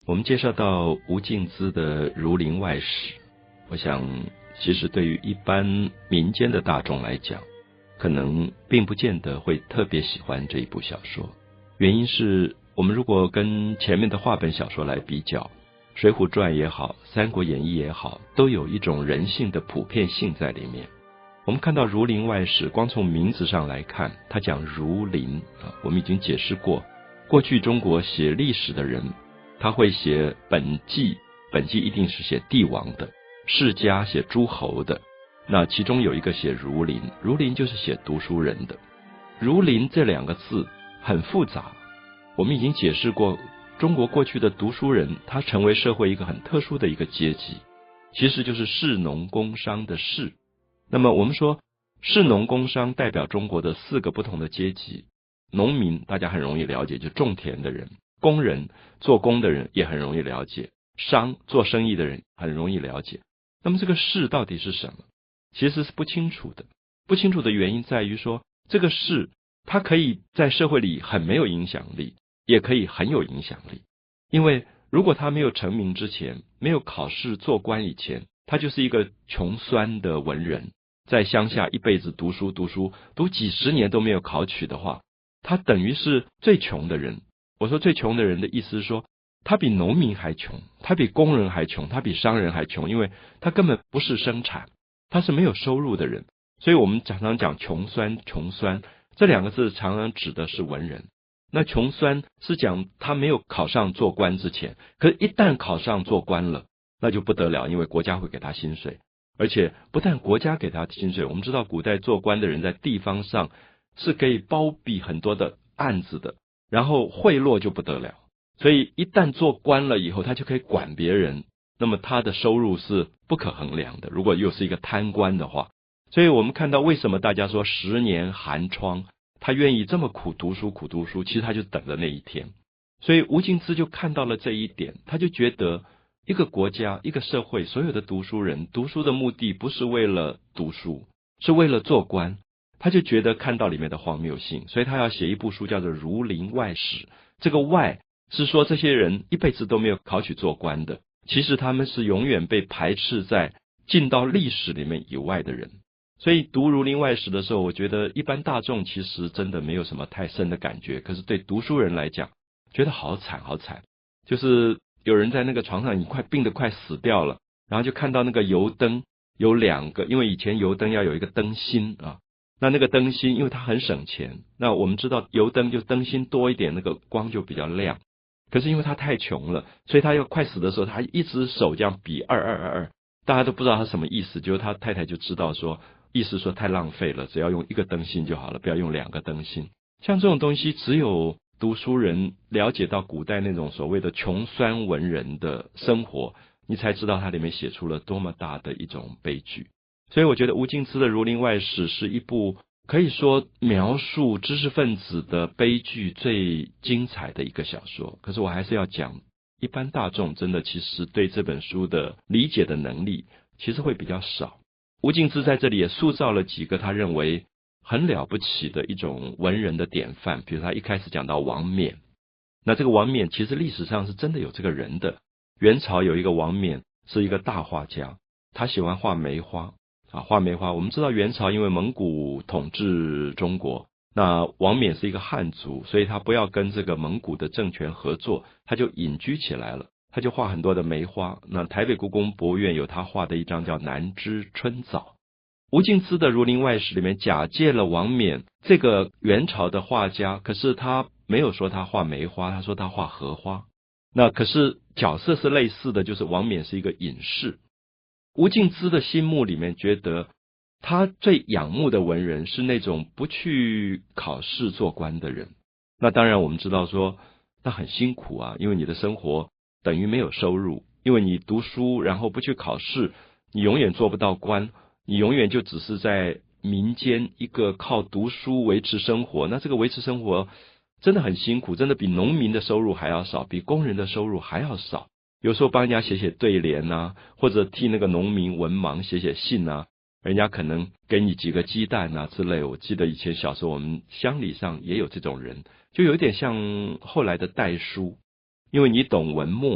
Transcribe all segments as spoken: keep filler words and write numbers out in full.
我们介绍到吴敬梓的《儒林外史》，我想其实对于一般民间的大众来讲，可能并不见得会特别喜欢这一部小说。原因是我们如果跟前面的话本小说来比较，《水浒传》也好，《三国演义》也好，都有一种人性的普遍性在里面。我们看到《儒林外史》，光从名字上来看，它讲儒林啊，我们已经解释过，过去中国写历史的人，他会写本纪，本纪一定是写帝王的，世家写诸侯的，那其中有一个写儒林，儒林就是写读书人的。儒林这两个字很复杂，我们已经解释过，中国过去的读书人，他成为社会一个很特殊的一个阶级，其实就是士农工商的士。那么我们说士农工商代表中国的四个不同的阶级，农民大家很容易了解，就种田的人，工人做工的人也很容易了解，商做生意的人很容易了解。那么这个士到底是什么？其实是不清楚的。不清楚的原因在于说，这个士他可以在社会里很没有影响力，也可以很有影响力。因为如果他没有成名之前，没有考试做官以前，他就是一个穷酸的文人，在乡下一辈子读书读书读几十年都没有考取的话，他等于是最穷的人。我说最穷的人的意思是说，他比农民还穷，他比工人还穷，他比商人还穷，因为他根本不是生产，他是没有收入的人。所以我们常常讲穷酸，穷酸这两个字常常指的是文人。那穷酸是讲他没有考上做官之前，可是一旦考上做官了，那就不得了，因为国家会给他薪水，而且不但国家给他薪水，我们知道古代做官的人在地方上是可以包庇很多的案子的，然后贿赂就不得了，所以一旦做官了以后，他就可以管别人，那么他的收入是不可衡量的，如果又是一个贪官的话。所以我们看到为什么大家说十年寒窗，他愿意这么苦读书苦读书，其实他就等着那一天。所以吴敬梓就看到了这一点，他就觉得一个国家一个社会所有的读书人读书的目的不是为了读书，是为了做官，他就觉得看到里面的荒谬性，所以他要写一部书叫做《儒林外史》。这个外是说这些人一辈子都没有考取做官的，其实他们是永远被排斥在进到历史里面以外的人。所以读《儒林外史》的时候，我觉得一般大众其实真的没有什么太深的感觉，可是对读书人来讲，觉得好惨好惨。就是有人在那个床上已经快病得快死掉了，然后就看到那个油灯有两个，因为以前油灯要有一个灯芯啊，那那个灯芯因为它很省钱，那我们知道油灯就灯芯多一点，那个光就比较亮。可是因为他太穷了，所以他要快死的时候，他一只手这样比二二二二，大家都不知道他什么意思，结果他太太就知道说，意思说太浪费了，只要用一个灯芯就好了，不要用两个灯芯。像这种东西，只有读书人了解到古代那种所谓的穷酸文人的生活，你才知道它里面写出了多么大的一种悲剧。所以我觉得吴敬梓的《儒林外史》是一部可以说描述知识分子的悲剧最精彩的一个小说。可是我还是要讲，一般大众真的其实对这本书的理解的能力其实会比较少。吴敬梓在这里也塑造了几个他认为很了不起的一种文人的典范，比如他一开始讲到王冕，那这个王冕其实历史上是真的有这个人的。元朝有一个王冕是一个大画家，他喜欢画梅花啊，画梅花。我们知道元朝因为蒙古统治中国，那王冕是一个汉族，所以他不要跟这个蒙古的政权合作，他就隐居起来了，他就画很多的梅花。那台北故宫博物院有他画的一张叫《南枝春枣》。吴敬梓的《儒林外史》里面假借了王冕这个元朝的画家，可是他没有说他画梅花，他说他画荷花。那可是角色是类似的，就是王冕是一个隐士。吴敬梓的心目里面觉得他最仰慕的文人是那种不去考试做官的人。那当然我们知道说那很辛苦啊，因为你的生活等于没有收入，因为你读书然后不去考试，你永远做不到官，你永远就只是在民间一个靠读书维持生活。那这个维持生活真的很辛苦，真的比农民的收入还要少，比工人的收入还要少。有时候帮人家写写对联啊，或者替那个农民文盲写写信啊，人家可能给你几个鸡蛋啊之类。我记得以前小时候我们乡里上也有这种人，就有一点像后来的代书，因为你懂文墨，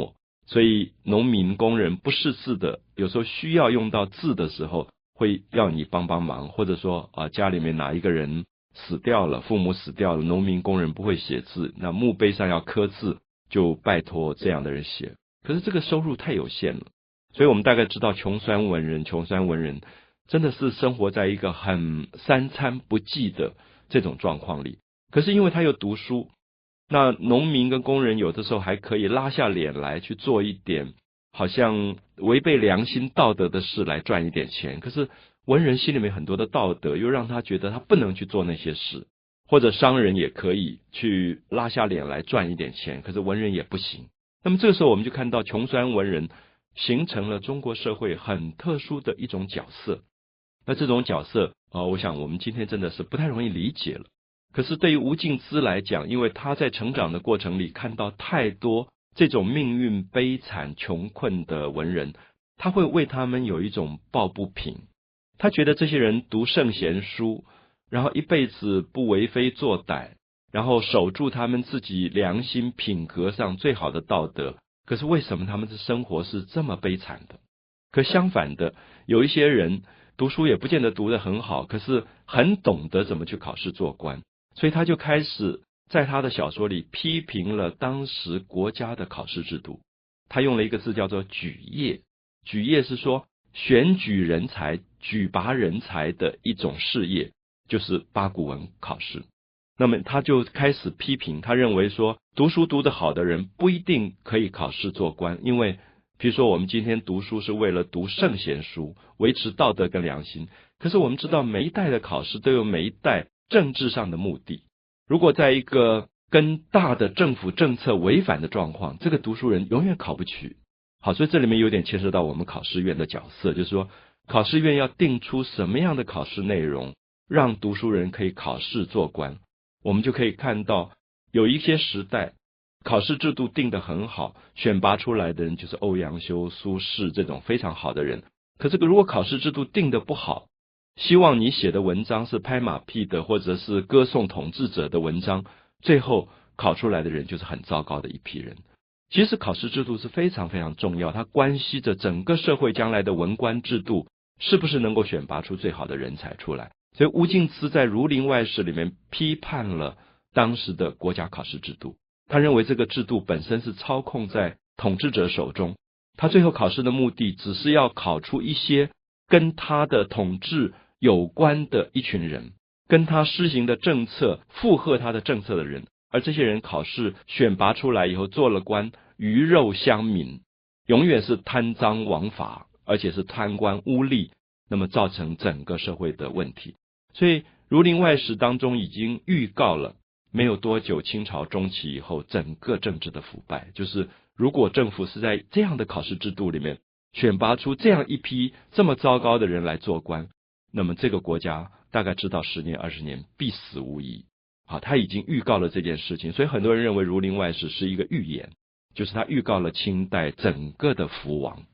所以农民工人不识字的，有时候需要用到字的时候，会要你帮帮忙，或者说啊家里面哪一个人死掉了，父母死掉了，农民工人不会写字，那墓碑上要刻字，就拜托这样的人写。可是这个收入太有限了，所以我们大概知道穷酸文人，穷酸文人真的是生活在一个很三餐不继的这种状况里。可是因为他又读书，那农民跟工人有的时候还可以拉下脸来去做一点好像违背良心道德的事来赚一点钱，可是文人心里面很多的道德又让他觉得他不能去做那些事，或者商人也可以去拉下脸来赚一点钱，可是文人也不行。那么这个时候我们就看到穷酸文人形成了中国社会很特殊的一种角色。那这种角色呃，我想我们今天真的是不太容易理解了。可是对于吴敬梓来讲，因为他在成长的过程里看到太多这种命运悲惨穷困的文人，他会为他们有一种抱不平。他觉得这些人读圣贤书，然后一辈子不为非作歹，然后守住他们自己良心品格上最好的道德，可是为什么他们的生活是这么悲惨的？可相反的，有一些人读书也不见得读得很好，可是很懂得怎么去考试做官，所以他就开始在他的小说里批评了当时国家的考试制度。他用了一个字叫做举业，举业是说选举人才、举拔人才的一种事业，就是八股文考试。那么他就开始批评，他认为说读书读得好的人不一定可以考试做官，因为比如说我们今天读书是为了读圣贤书，维持道德跟良心，可是我们知道每一代的考试都有每一代政治上的目的，如果在一个跟大的政府政策违反的状况，这个读书人永远考不取。好，所以这里面有点牵涉到我们考试院的角色，就是说考试院要定出什么样的考试内容，让读书人可以考试做官。我们就可以看到有一些时代考试制度定得很好，选拔出来的人就是欧阳修、苏轼这种非常好的人。可是如果考试制度定得不好，希望你写的文章是拍马屁的，或者是歌颂统治者的文章，最后考出来的人就是很糟糕的一批人。其实考试制度是非常非常重要，它关系着整个社会将来的文官制度是不是能够选拔出最好的人才出来。所以吴敬梓在《儒林外史》里面批判了当时的国家考试制度，他认为这个制度本身是操控在统治者手中，他最后考试的目的只是要考出一些跟他的统治有关的一群人，跟他施行的政策附和他的政策的人，而这些人考试选拔出来以后做了官，鱼肉乡民，永远是贪赃枉法，而且是贪官污吏，那么造成整个社会的问题。所以《儒林外史》当中已经预告了没有多久清朝中期以后整个政治的腐败，就是如果政府是在这样的考试制度里面选拔出这样一批这么糟糕的人来做官，那么这个国家大概知道十年二十年必死无疑。好，他已经预告了这件事情，所以很多人认为《儒林外史》是一个预言，就是他预告了清代整个的覆亡。